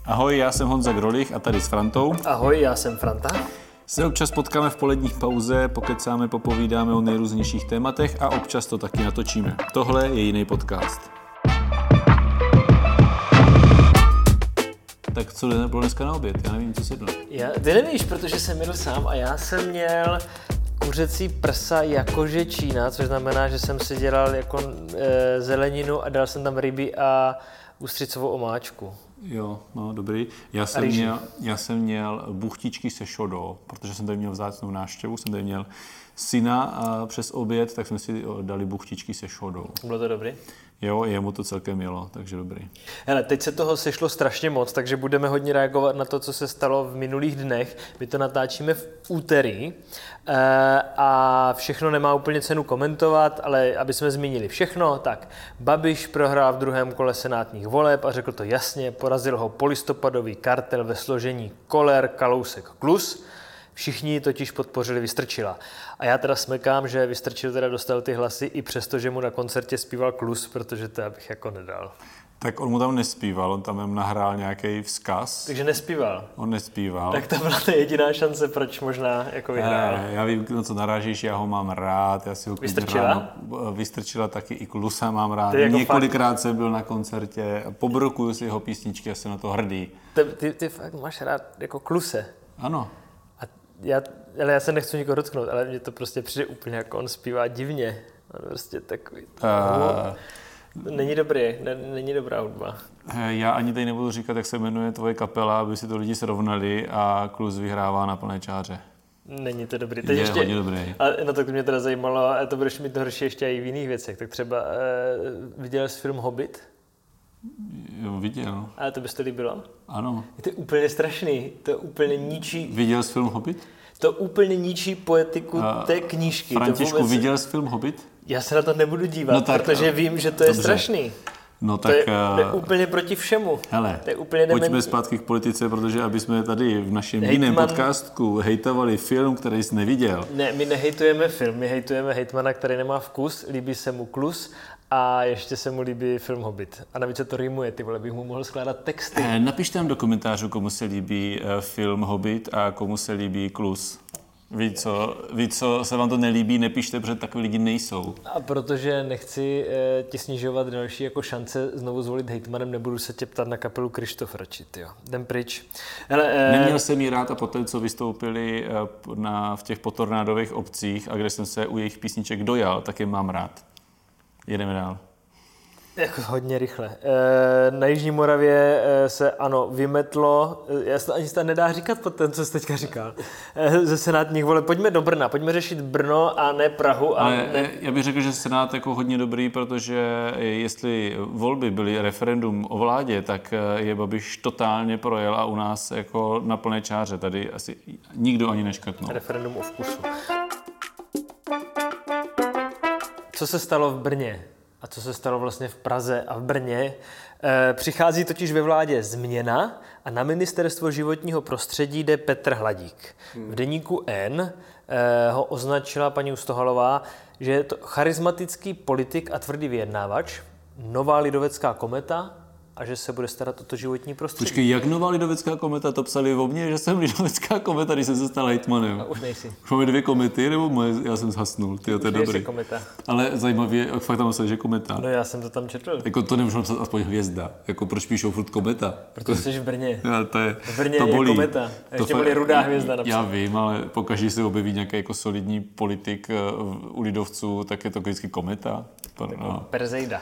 Ahoj, já jsem Honza Grolich a tady s Frantou. Ahoj, já jsem Franta. Se občas potkáme v polední pauze, pokecáme, popovídáme o nejrůznějších tématech a občas to taky natočíme. Tohle je jiný podcast. Tak co bylo dneska na oběd? Já nevím, co jsi jedl. Ty nevíš, protože jsem jedl sám a já jsem měl kuřecí prsa jakože Čína, což znamená, že jsem si dělal jako zeleninu a dal jsem tam ryby a ústřicovou omáčku. Jo, no dobrý. Já jsem měl buchtičky se šodou, protože jsem tady měl vzácnou návštěvu, jsem tady měl syna a přes oběd, tak jsme si dali buchtičky se šodou. Bylo to dobrý? Jo, jemu to celkem jelo, takže dobrý. Hele, teď se toho sešlo strašně moc, takže budeme hodně reagovat na to, co se stalo v minulých dnech. My to natáčíme v úterý a všechno nemá úplně cenu komentovat, ale aby jsme zmínili všechno, tak Babiš prohrál v druhém kole senátních voleb a řekl to jasně, porazil ho polistopadový kartel ve složení Koller, Kalousek, Klus. Všichni totiž podpořili Vystrčila. A já teda smekám, že Vystrčil teda dostal ty hlasy i přesto, že mu na koncertě zpíval Klus, protože to já bych jako nedal. Tak on mu tam nespíval, on tam nahrál nějaký vzkaz. Takže nespíval? On nespíval. Tak to byla ta jediná šance, proč možná jako vyhrál. Já vím, na co narážíš, já ho mám rád. Já si ho Vystrčila taky, i Klusa mám rád. Několikrát jsem byl na koncertě, pobrokuju si jeho písničky a jsem na to hrdý. Ty fakt máš rád jako Kluse? Ano. Ale já se nechci nikoho dotknout, ale mně to prostě přijde úplně jako on zpívá divně. On prostě takový... Není dobrý, není dobrá hudba. Já ani tady nebudu říkat, jak se jmenuje tvoje kapela, aby si to lidi srovnali a Klus vyhrává na plné čáře. Není to dobrý. Je ještě, hodně dobrý. A no to mě teda zajímalo, a to budeš mít to horší ještě i v jiných věcech. Tak třeba viděl jsi film Hobbit? Jo, viděl. Ale to bys to líbilo? Ano. Je to úplně strašný, to úplně ničí... Viděl jsi film Hobbit? To úplně ničí poetiku té knížky. Františku, viděl jsi film Hobbit? Já se na to nebudu dívat, no tak, protože vím, že to je strašný. No tak... To je úplně proti všemu. Hele, to je úplně pojďme zpátky k politice, protože aby jsme tady v našem jiném podcastu hejtovali film, který jsi neviděl. Ne, my nehejtujeme film, my hejtujeme hejtmana, který nemá vkus, líbí se mu Klus a ještě se mu líbí film Hobbit. A navíc se to rýmuje, ty vole, bych mu mohl skládat texty. Napište tam do komentářů, komu se líbí film Hobbit a komu se líbí Klus. Ví, co se vám to nelíbí, nepište, protože takový lidi nejsou. A protože nechci ti snižovat další jako šance znovu zvolit hejtmanem, nebudu se tě ptat na kapelu Krištof radši, tyjo. Jdem pryč. Hele, neměl jsem jí rád a poté, co vystoupili v těch potornádových obcích a kde jsem se u jejich písniček dojal, tak je mám rád. Jedeme dál. Jako hodně rychle. Na Jižní Moravě se vymetlo, já se to ani nedá říkat pod ten, co jsi teďka říkal, ze senátních voleb. Pojďme do Brna, pojďme řešit Brno a ne Prahu. Já bych řekl, že senát jako hodně dobrý, protože jestli volby byly referendum o vládě, tak je Babiš totálně projel a u nás jako na plné čáře. Tady asi nikdo ani neškrtnul. Referendum o vkusu. Co se stalo v Brně? A co se stalo vlastně v Praze a v Brně? Přichází totiž ve vládě změna a na ministerstvo životního prostředí jde Petr Hladík. V deníku N ho označila paní Ustohalová, že je to charismatický politik a tvrdý vyjednávač, nová lidovecká kometa a že se bude starat o to životní prostředí. Počkej, jak nová lidovecká kometa? To psali o mně, že jsem lidovecká kometa, když jsem se stal hejtmanem. Už nejsi. Už máme 2 komety, nebo moje? Já jsem zhasnul. Tyjo, to je dobrý. Kometa. Ale zajímavě, fakt tam psali, že kometa. No já jsem to tam četl. Jako to nemůžu napsat aspoň hvězda. Jako proč píšou furt kometa? Protože jsi v Brně. Já, v Brně to bolí. Je kometa. A ještě bolí rudá hvězda napsat. Já vím, ale pokaždé se objeví nějaký jako solidní politik u lidovců, tak je to vždycky kometa. Perzejda.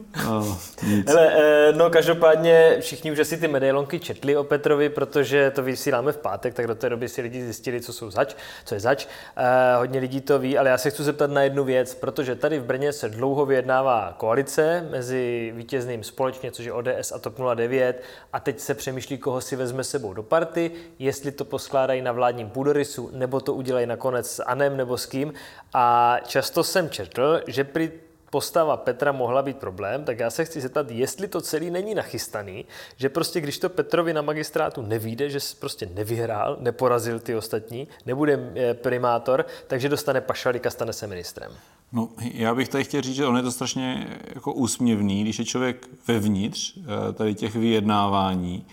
Hele, každopádně všichni už asi ty medailonky četli o Petrovi, protože to vysíláme v pátek, tak do té doby si lidi zjistili, co je zač. Hodně lidí to ví, ale já se chci zeptat na jednu věc, protože tady v Brně se dlouho vyjednává koalice mezi vítězným společně, což je ODS a TOP 09, a teď se přemýšlí, koho si vezme sebou do party, jestli to poskládají na vládním půdorysu, nebo to udělají nakonec s ANO nebo s kým. A často jsem četl, že prý postava Petra mohla být problém, tak já se chci zeptat, jestli to celý není nachystaný, že prostě když to Petrovi na magistrátu nevyjde, že prostě nevyhrál, neporazil ty ostatní, nebude primátor, takže dostane pašalík a stane se ministrem. No, já bych tady chtěl říct, že on je to strašně jako úsměvný, když je člověk vevnitř tady těch vyjednávání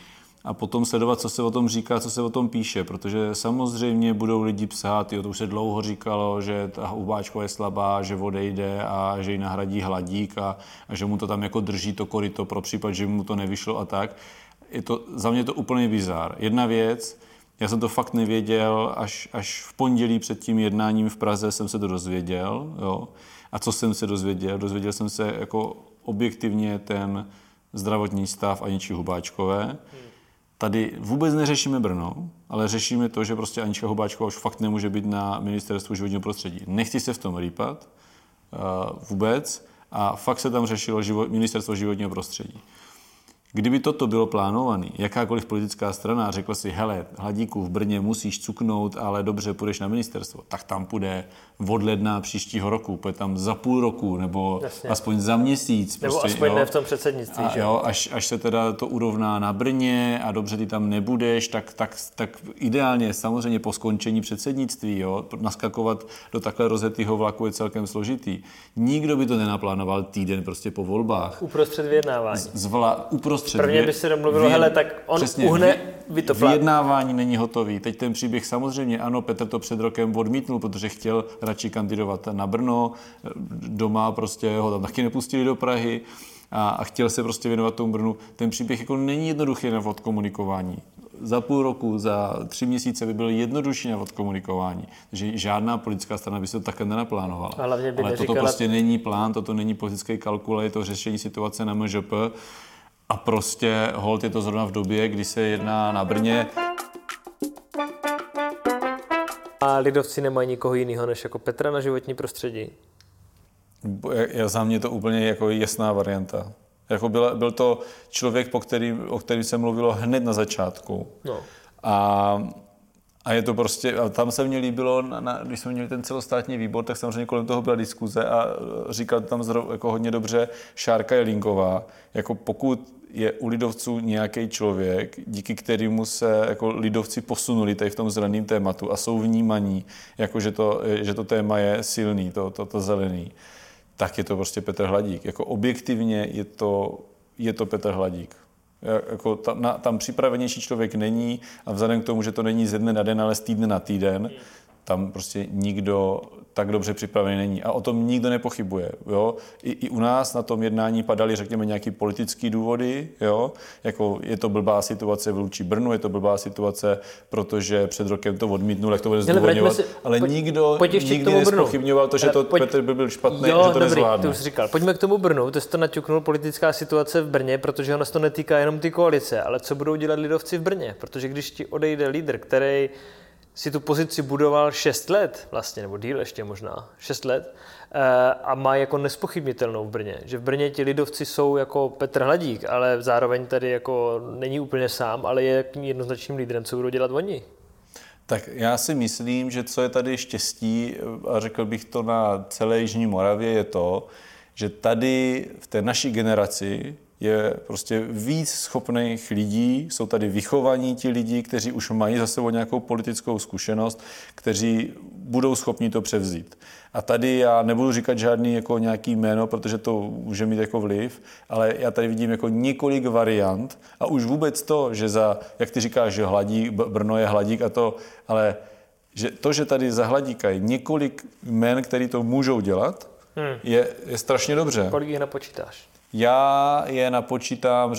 a potom sledovat, co se o tom říká, co se o tom píše, protože samozřejmě budou lidi psát, to už se dlouho říkalo, že ta Hubáčková je slabá, že odejde a že ji nahradí Hladík a že mu to tam jako drží to koryto pro případ, že mu to nevyšlo a tak. Za mě je to úplně bizár. Jedna věc, já jsem to fakt nevěděl, až v pondělí před tím jednáním v Praze jsem se to dozvěděl. Jo. A co jsem se dozvěděl? Dozvěděl jsem se jako objektivně ten zdravotní stav Aničky Hubáčkové. Tady vůbec neřešíme Brno, ale řešíme to, že prostě Anička Hubáčková už fakt nemůže být na ministerstvu životního prostředí. Nechci se v tom rýpat vůbec a fakt se tam řešilo ministerstvo životního prostředí. Kdyby toto bylo plánované, jakákoliv politická strana řekla si, hele, Hladíku, v Brně musíš cuknout, ale dobře, půjdeš na ministerstvo, tak tam půjde od ledna příštího roku, půjde tam za půl roku, nebo jasně, aspoň za měsíc. Nebo prostě, aspoň ne v tom předsednictví. A jo, až se teda to urovná na Brně a dobře, ty tam nebudeš, tak ideálně, samozřejmě po skončení předsednictví, jo, naskakovat do takhle rozjetého vlaku je celkem složitý. Nikdo by to nenaplánoval týden prostě po volbách. Uprostřed vyjednávání. Prvně by se domluvilo, hele, tak on přesně, uhne, vy to vyjednávání není hotový. Teď ten příběh samozřejmě, ano, Petr to před rokem odmítnul, protože chtěl radši kandidovat na Brno, doma prostě ho tam taky nepustili do Prahy a chtěl se prostě věnovat tomu Brnu. Ten příběh jako není jednoduchý na odkomunikování. Za půl roku, za 3 měsíce by byl jednodušší na odkomunikování. Takže žádná politická strana by se to takhle nenaplánovala. Ale toto prostě není plán, toto není politický kalkul, je to řešení situace na MŽP. A prostě holt je to zrovna v době, kdy se jedná na Brně. A lidovci nemají nikoho jiného než jako Petra na životní prostředí? Za mě to úplně jako jasná varianta. Jako byl to člověk, o kterém se mluvilo hned na začátku. No. A je to prostě, a tam se mně líbilo, když jsme měli ten celostátní výbor, tak samozřejmě kolem toho byla diskuze a říkal tam jako hodně dobře Šárka Jelínková, jako pokud je u lidovců nějaký člověk, díky kterému se jako lidovci posunuli tady v tom zeleném tématu a jsou vnímaní, jako že to téma je silný, to zelený, tak je to prostě Petr Hladík. Jako objektivně je to Petr Hladík. Jako tam připravenější člověk není a vzhledem k tomu, že to není ze dne na den, ale z týdne na týden, tam prostě nikdo tak dobře připravený není. A o tom nikdo nepochybuje. Jo? I u nás na tom jednání padaly, řekněme, nějaké politické důvody. Jo? Jako je to blbá situace vůči Brnu, je to blbá situace, protože před rokem to odmítnul, jak to bude zdůvodňovat. Ale nikdo nikdy nezpochybňoval to, že to Petr by byl špatný, že to nezvládne. To už jsi říkal. Pojďme k tomu Brnu. Ty jsi to naťuknul, politická situace v Brně, protože ono se to netýká jenom ty koalice, ale co budou dělat lidovci v Brně? Protože když ti odejde lídr, který si tu pozici budoval 6 let vlastně, nebo díl ještě možná, 6 let a má jako nespochybnitelnou v Brně. Že v Brně ti lidovci jsou jako Petr Hladík, ale zároveň tady jako není úplně sám, ale je jednoznačným lídrem, co budou dělat oni. Tak já si myslím, že co je tady štěstí, a řekl bych to na celé Jižní Moravě, je to, že tady v té naší generaci je prostě víc schopných lidí, jsou tady vychovaní ti lidi, kteří už mají za sebou nějakou politickou zkušenost, kteří budou schopni to převzít. A tady já nebudu říkat žádný jako nějaký jméno, protože to může mít jako vliv, ale já tady vidím jako několik variant a už vůbec to, že jak ty říkáš, že Brno je Hladík a to, ale že tady za Hladíka je několik jmén, který to můžou dělat, je strašně dobře. Kolik jich napočítáš? Já je napočítám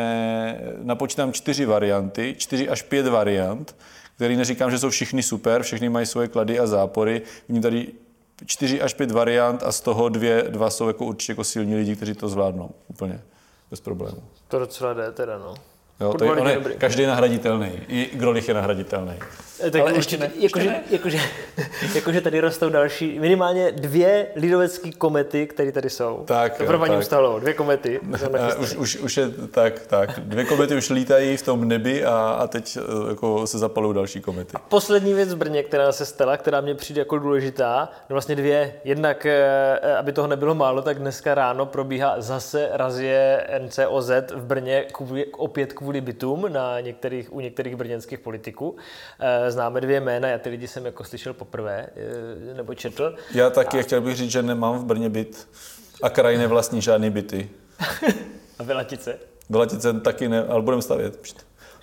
4 varianty, 4 až 5 variant, které neříkám, že jsou všichni super, všechny mají svoje klady a zápory. Vidím tady 4 až 5 variant a z toho dva jsou jako určitě jako silní lidi, kteří to zvládnou úplně bez problémů. To docela jde teda, no. Jo, každý je nahraditelný, i Grolich je nahraditelný. Tak ale ještě jakože tady rostou další, minimálně 2 lidovecké komety, které tady jsou. Tak, pro paní Ustalovou, 2 komety. Už je tak. 2 komety už lítají v tom nebi a teď jako se zapalují další komety. A poslední věc v Brně, která se stala, která mě přijde jako důležitá, no vlastně 2. Jednak, aby toho nebylo málo, tak dneska ráno probíhá zase razie NCOZ v Brně opět kvůli bytům u některých brněnských politiků. Známe 2 jména, já ty lidi jsem jako slyšel poprvé, nebo četl. Já taky, chtěl bych říct, že nemám v Brně byt a kraj nevlastní žádný byty. A Vylatice? Vylatice taky ne, ale budeme stavět.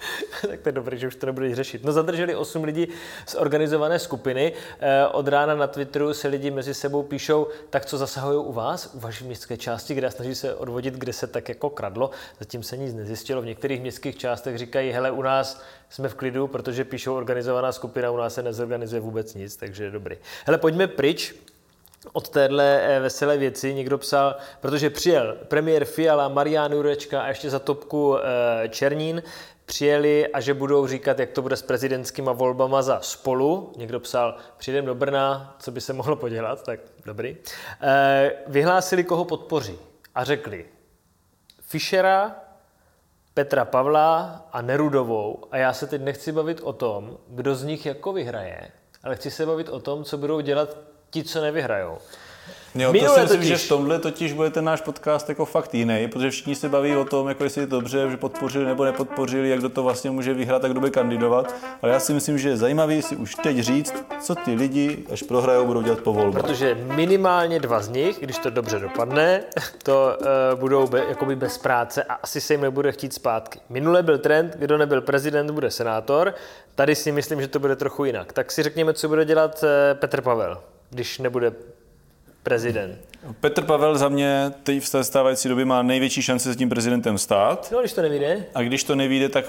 tak to je dobré, že už to nebudeš řešit. No zadrželi 8 lidí z organizované skupiny. Od rána na Twitteru se lidi mezi sebou píšou, tak co zasahují u vás, u vaší městské části, kde snaží se odvodit, kde se tak jako kradlo. Zatím se nic nezjistilo. V některých městských částech říkají, hele, u nás jsme v klidu, protože píšou organizovaná skupina, u nás se nezorganizuje vůbec nic, takže je dobrý. Hele, pojďme pryč od téhle veselé věci. Někdo psal, protože přijel premiér Fiala, Marian Jurečka a ještě za topku Černín, přijeli a že budou říkat, jak to bude s prezidentskýma volbama za Spolu. Někdo psal, přijdem do Brna, co by se mohlo podělat, tak dobrý. Vyhlásili, koho podpoří a řekli Fischera, Petra Pavla a Nerudovou. A já se teď nechci bavit o tom, kdo z nich jako vyhraje, ale chci se bavit o tom, co budou dělat ti, co nevyhrajou. Jo, to si myslím, že v tomhle totiž bude ten náš podcast jako fakt jiný, protože všichni se baví o tom, jako jestli je dobře, že podpořili nebo nepodpořili, jak kdo to vlastně může vyhrát a kdo bude kandidovat. Ale já si myslím, že je zajímavý si už teď říct, co ty lidi, až prohrajou, budou dělat po volbách. Protože minimálně 2 z nich, když to dobře dopadne, to budou jakoby bez práce a asi se jim nebude chtít zpátky. Minule byl trend, kdo nebyl prezident, bude senátor. Tady si myslím, že to bude trochu jinak. Tak si řekněme, co bude dělat Petr Pavel, když nebude prezident. Petr Pavel za mě teď v té stávající době má největší šanci se tím prezidentem stát. No, když to nevyjde. A když to nevyjde, tak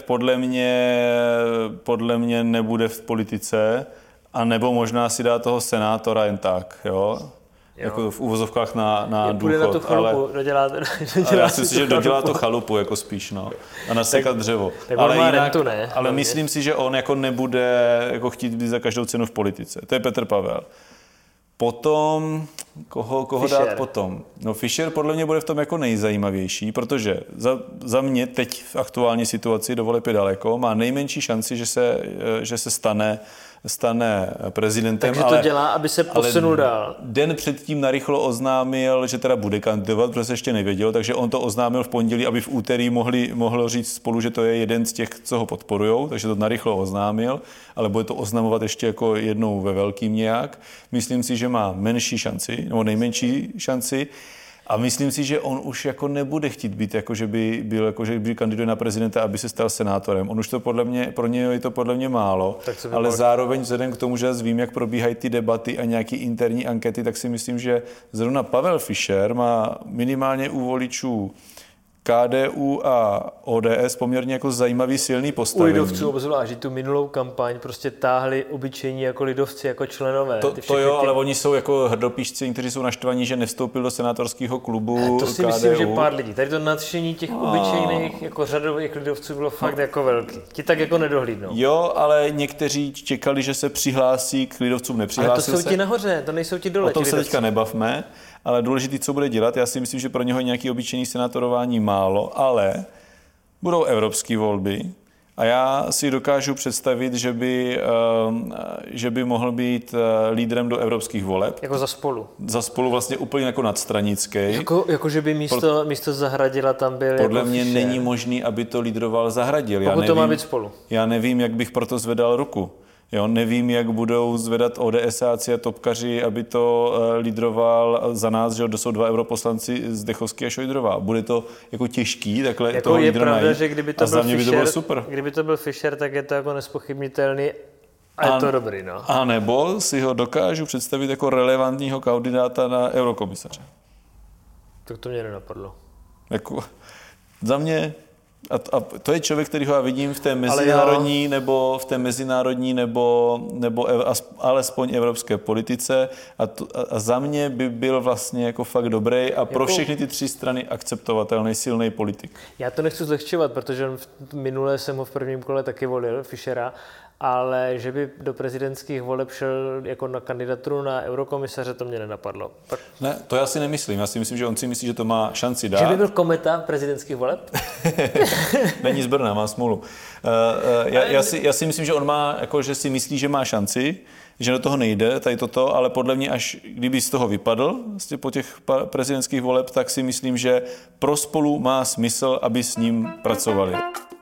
podle mě nebude v politice, a nebo možná si dá toho senátora jen tak, jo? Jako v uvozovkách na důchod. Půjde na tu chalupu, dodělá já si myslím, že dodělá to chalupu jako spíš, no. A nasekat dřevo. Tak ale jinak, rentu, ne? Ale myslím si, že on jako nebude jako chtít být za každou cenu v politice. To je Petr Pavel. Potom, koho dát potom? No Fischer podle mě bude v tom jako nejzajímavější, protože za mě teď v aktuální situaci do voleb je daleko, má nejmenší šanci, že se stane prezidentem. Takže to dělá, aby se posunul dál. Den předtím narychlo oznámil, že teda bude kandidovat, protože se ještě nevěděl, takže on to oznámil v pondělí, aby v úterý mohlo říct Spolu, že to je jeden z těch, co ho podporujou, takže to narychlo oznámil, ale bude to oznamovat ještě jako jednou ve velkým nějak. Myslím si, že má menší šanci, nebo nejmenší šanci. A myslím si, že on už jako nebude chtít být, jako že by kandiduje na prezidenta, aby se stal senátorem. On už to pro něj je to podle mě málo, ale zároveň vzhledem k tomu, že vím, jak probíhají ty debaty a nějaký interní ankety, tak si myslím, že zrovna Pavel Fischer má minimálně u voličů KDU a ODS poměrně jako zajímavý silný postavení. U lidovců obzvlášť, že tu minulou kampaň prostě táhli obyčejní jako lidovci, jako členové. To jo, ale oni jsou jako hrdopíšci, kteří jsou naštvaní, že nevstoupil do senátorského klubu To si KDU. myslím, že pár lidí. Tady to nadšení těch obyčejných jako řadových lidovců bylo fakt jako velký. Ti tak jako nedohlídnou. Jo, ale někteří čekali, že se přihlásí, k lidovcům nepřihlásil ale to jsou ti nahoře, to nejsou ti dole. O tom se teďka nebavme, ale důležitý, co bude dělat. Já si myslím, že pro něho je nějaký obyčejný senátorování málo, ale budou evropské volby a já si dokážu představit, že by mohl být lídrem do evropských voleb. Jako za Spolu. Za Spolu vlastně úplně jako nadstranický. Jako že by místo Zahradila tam byl podle jako mě Fischer. není možný, aby to lídroval Zahradil. Pokud to má být Spolu. Já nevím, jak bych proto zvedal ruku. Jo, nevím, jak budou zvedat ODSáci a topkaři, aby to lídroval za nás, že to jsou 2 europoslanci Zdechovský a Šojdrová. Bude to jako těžký, takhle jako toho je lídra pravda, najít. že kdyby to byl Fischer, by to bylo super. Kdyby to byl Fischer, tak je to jako nespochybnitelný a je to dobrý, no. A nebo si ho dokážu představit jako relevantního kandidáta na eurokomisaře. Tak to mě nenapadlo. Jako, za mě a to je člověk, který ho já vidím v té mezinárodní nebo alespoň evropské politice a za mě by byl vlastně jako fakt dobrý a pro všechny ty 3 strany akceptovatelný, silný politik. Já to nechci zlehčovat, protože minule jsem ho v prvním kole taky volil, Fischera, ale že by do prezidentských voleb šel jako na kandidaturu na eurokomisaře, to mě nenapadlo. Tak... Ne, to já si nemyslím. Já si myslím, že on si myslí, že to má šanci dát. Že by byl kometa prezidentských voleb? Není z Brna, má smůlu. Já si myslím, že on má, jako, že si myslí, že má šanci, že do toho nejde, tady toto, ale podle mě, až kdyby z toho vypadl vlastně po těch prezidentských voleb, tak si myslím, že pro Spolu má smysl, aby s ním pracovali.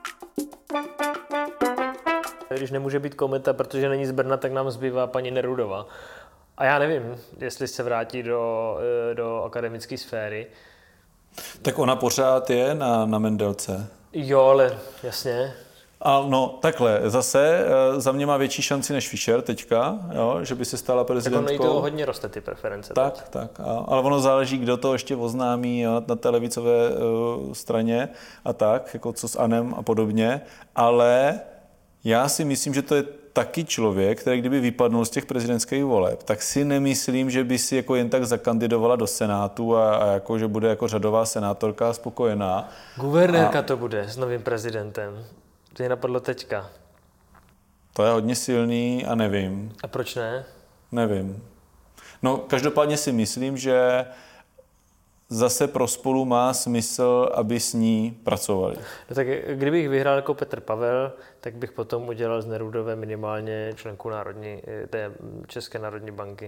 Když nemůže být kometa, protože není z Brna, tak nám zbývá paní Nerudová. A já nevím, jestli se vrátí do akademické sféry. Tak ona pořád je na Mendelce. Jo, ale jasně. A no, takhle, zase za mě má větší šanci než Fischer teďka, jo, že by se stala prezidentkou. Tak ono to hodně roste, ty preference. Tak. Ale ono záleží, kdo to ještě oznámí, jo, na té levicové straně a tak, jako co s Anem a podobně. Ale já si myslím, že to je taky člověk, který kdyby vypadnul z těch prezidentských voleb, tak si nemyslím, že by si jako jen tak zakandidovala do Senátu a jako, že bude jako řadová senátorka spokojená. Guvernérka to bude s novým prezidentem. To je napadlo teďka. To je hodně silný a nevím. A proč ne? Nevím. No, každopádně si myslím, že zase pro Spolu má smysl, aby s ní pracovali. No tak kdybych vyhrál jako Petr Pavel, tak bych potom udělal z Nerudové minimálně členku té České národní banky.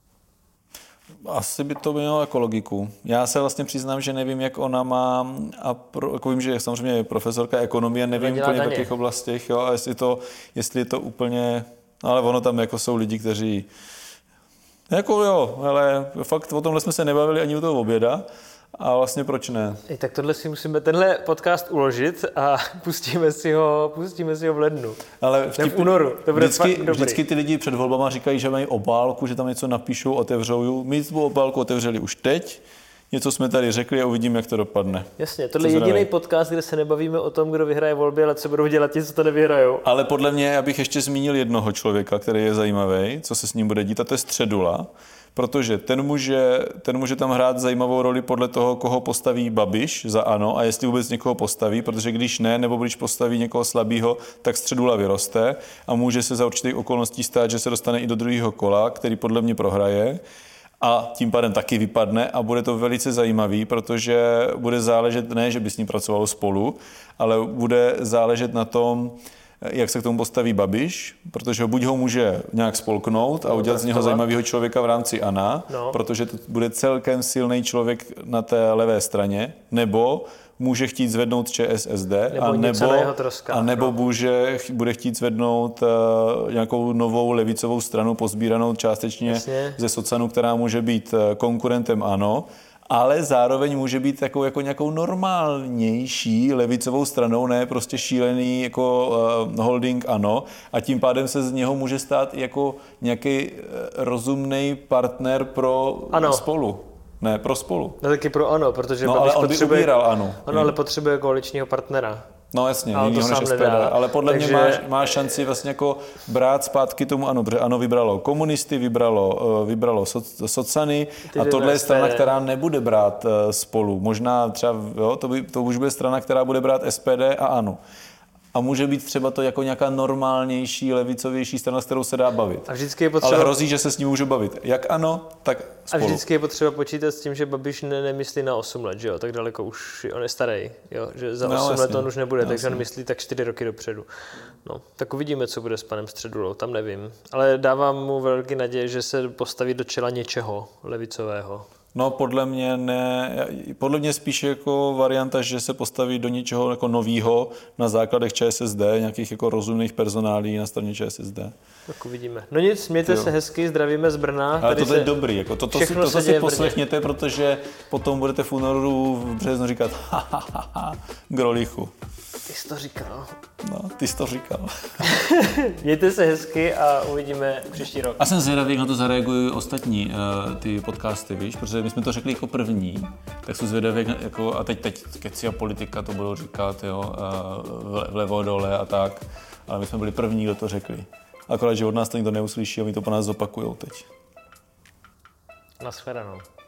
Asi by to mělo jako logiku. Já se vlastně přiznám, že nevím, jak ona má, jako vím, že samozřejmě je profesorka ekonomie, nevím úplně v jakých oblastech, jo, a jestli je to úplně, ale ono tam jako jsou lidi, kteří jako jo, ale fakt o tomhle jsme se nebavili ani u toho oběda a vlastně proč ne? Tak tohle si musíme tenhle podcast uložit a pustíme si ho v lednu. Ale v únoru. To bude vždycky ty lidi před volbama říkají, že mají obálku, že tam něco napíšou, otevřou. My tu obálku otevřeli už teď. Něco jsme tady řekli a uvidíme, jak to dopadne. Jasně, tohle je jediný podcast, kde se nebavíme o tom, kdo vyhraje volby, ale co budou dělat ti, co to nevyhrajou. Ale podle mě, abych ještě zmínil jednoho člověka, který je zajímavý, co se s ním bude dít, a to je Středula, protože ten může tam hrát zajímavou roli podle toho, koho postaví Babiš za ANO a jestli vůbec někoho postaví, protože když ne, nebo když postaví někoho slabýho, tak Středula vyroste a může se za určitých okolností stát, že se dostane i do druhého kola, který podle mě prohraje. A tím pádem taky vypadne a bude to velice zajímavý, protože bude záležet, ne, že by s ním pracovalo Spolu, ale bude záležet na tom, jak se k tomu postaví Babiš, protože buď ho může nějak spolknout a udělat z něho zajímavého člověka v rámci ANO, protože to bude celkem silný člověk na té levé straně, nebo může chtít zvednout ČSSD, nebo bude chtít zvednout nějakou novou levicovou stranu pozbíranou částečně ze Socanu, která může být konkurentem ANO, ale zároveň může být takovou jako nějakou normálnější levicovou stranou, ne prostě šílený jako holding ANO, a tím pádem se z něho může stát jako nějaký rozumný partner pro Spolu. Ne, pro Spolu. No taky pro ANO, protože ale on by ubíral ANO. Ano, ale potřebuje koaličního partnera. No jasně, jinýho než SPD, ale podle mě má šanci vlastně jako brát zpátky tomu ANO, protože ANO vybralo komunisty, vybralo socany a tohle je strana, která nebude brát Spolu. Možná třeba, jo, to už bude strana, která bude brát SPD a ANO. A může být třeba to jako nějaká normálnější, levicovější strana, s kterou se dá bavit. A vždycky je potřeba... Ale hrozí, že se s ním můžu bavit. Jak ANO, tak Spolu. A vždycky je potřeba počítat s tím, že Babiš nemyslí na 8 let, že jo? Tak daleko už on je starý, jo? Že za 8 let on už nebude, takže on myslí tak 4 roky dopředu. No, tak uvidíme, co bude s panem Středulou, tam nevím. Ale dávám mu velký naději, že se postaví do čela něčeho levicového. No, podle mě ne. Podle mě spíš jako varianta, že se postaví do něčeho jako novýho na základech ČSSD, nějakých jako rozumných personálí na straně ČSSD. Tak uvidíme. No nic, mějte se hezky, zdravíme z Brna. Ale to je dobrý, jako toto si poslechněte, protože potom budete v únoru v březnu říkat Grolichu. Ty jsi to říkal. No, ty jsi to říkal. Mějte se hezky a uvidíme příští rok. A jsem zvědavý, jak na to zareagují ostatní ty podcasty, víš, protože my jsme to řekli jako první, tak jsou zvědaví, jako, a teď keci a politika to budou říkat, jo, vlevo dole a tak, ale my jsme byli první, kdo to řekli. Akorát, že od nás to nikdo neuslyší a my to po nás zopakujou teď. Nashledanou.